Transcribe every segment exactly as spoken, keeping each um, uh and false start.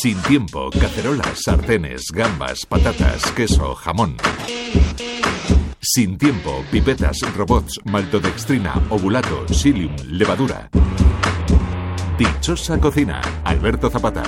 Sin tiempo, cacerolas, sartenes, gambas, patatas, queso, jamón. Sin tiempo, pipetas, robots, maltodextrina, ovulato, psyllium, levadura. Dichosa cocina, Alberto Zapata.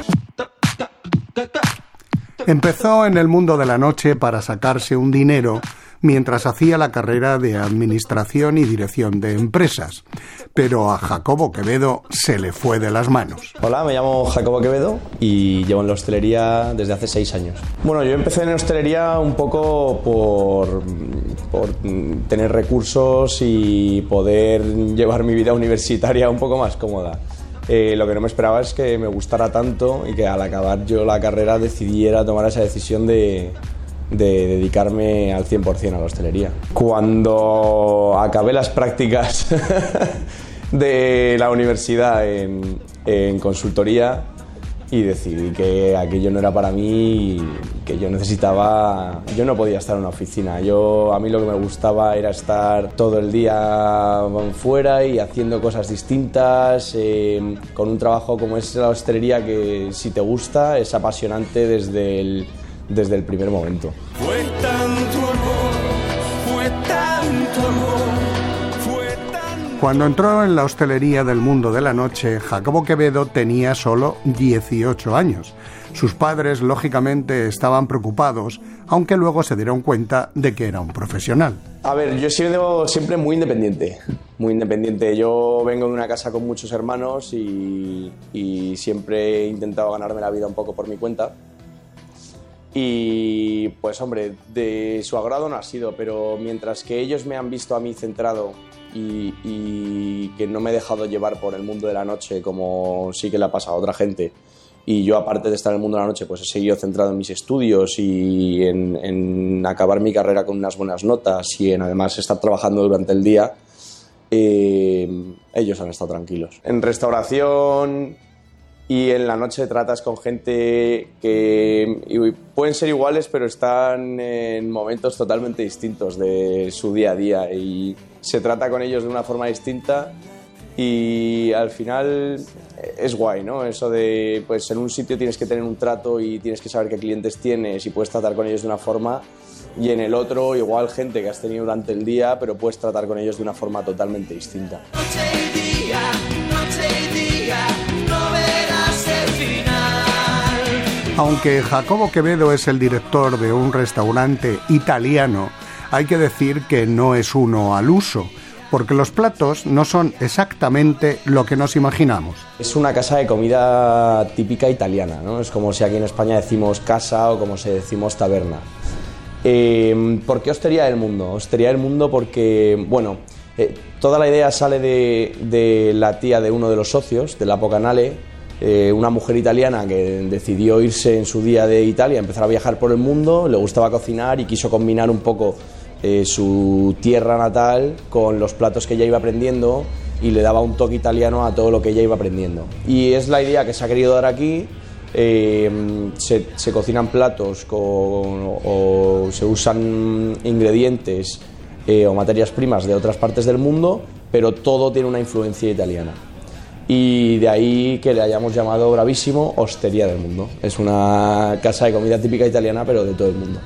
Empezó en el mundo de la noche para sacarse un dinero mientras hacía la carrera de Administración y Dirección de Empresas. Pero a Jacobo Quevedo se le fue de las manos. Hola, me llamo Jacobo Quevedo y llevo en la hostelería desde hace seis años. Bueno, yo empecé en hostelería un poco por, por tener recursos y poder llevar mi vida universitaria un poco más cómoda. Eh, lo que no me esperaba es que me gustara tanto y que al acabar yo la carrera decidiera tomar esa decisión de... de dedicarme al cien por ciento a la hostelería. Cuando acabé las prácticas de la universidad en, en consultoría y decidí que aquello no era para mí, que yo necesitaba, yo no podía estar en una oficina. Yo, a mí lo que me gustaba era estar todo el día fuera y haciendo cosas distintas, eh, con un trabajo como es la hostelería que si te gusta es apasionante desde el desde el primer momento. Fue tanto amor, fue tanto amor, fue tanto... Cuando entró en la hostelería del mundo de la noche, Jacobo Quevedo tenía solo dieciocho años. Sus padres, lógicamente, estaban preocupados, aunque luego se dieron cuenta de que era un profesional. A ver, yo he sido siempre muy independiente, muy independiente. Yo vengo de una casa con muchos hermanos y, y siempre he intentado ganarme la vida un poco por mi cuenta. Y pues hombre, de su agrado no ha sido, pero mientras que ellos me han visto a mí centrado y, y que no me he dejado llevar por el mundo de la noche como sí que le ha pasado a otra gente, y yo aparte de estar en el mundo de la noche pues he seguido centrado en mis estudios y en, en acabar mi carrera con unas buenas notas y en además estar trabajando durante el día, eh, ellos han estado tranquilos. En restauración y en la noche tratas con gente que pueden ser iguales, pero están en momentos totalmente distintos de su día a día y se trata con ellos de una forma distinta y al final es guay, ¿no? Eso de, pues en un sitio tienes que tener un trato y tienes que saber qué clientes tienes y puedes tratar con ellos de una forma, y en el otro igual gente que has tenido durante el día, pero puedes tratar con ellos de una forma totalmente distinta. Noche y día, noche y día, no verás el final. Aunque Jacobo Quevedo es el director de un restaurante italiano, hay que decir que no es uno al uso, porque los platos no son exactamente lo que nos imaginamos. Es una casa de comida típica italiana, ¿no? Es como si aquí en España decimos casa o como si decimos taberna. Eh, ¿Por qué Hostería del Mundo? Hostería del Mundo porque, bueno, eh, toda la idea sale de, de la tía de uno de los socios, de Lapo Canale, eh, una mujer italiana que decidió irse en su día de Italia, empezar a viajar por el mundo, le gustaba cocinar y quiso combinar un poco eh, su tierra natal con los platos que ella iba aprendiendo y le daba un toque italiano a todo lo que ella iba aprendiendo. Y es la idea que se ha querido dar aquí. Eh, se, se cocinan platos con, o se usan ingredientes eh, o materias primas de otras partes del mundo, pero todo tiene una influencia italiana. Y de ahí que le hayamos llamado bravísimo Hostería del Mundo. Es una casa de comida típica italiana, pero de todo el mundo.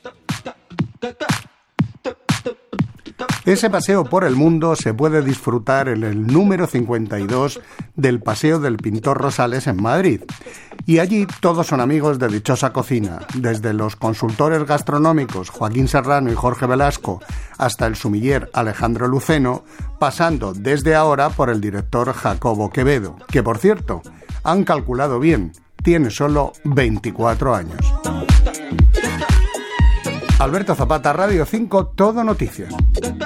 Ese paseo por el mundo se puede disfrutar en el número cincuenta y dos del Paseo del Pintor Rosales en Madrid. Y allí todos son amigos de Dichosa Cocina, desde los consultores gastronómicos Joaquín Serrano y Jorge Velasco hasta el sumiller Alejandro Luceno, pasando desde ahora por el director Jacobo Quevedo, que por cierto, han calculado bien, tiene solo veinticuatro años. Alberto Zapata, Radio cinco, Todo Noticias.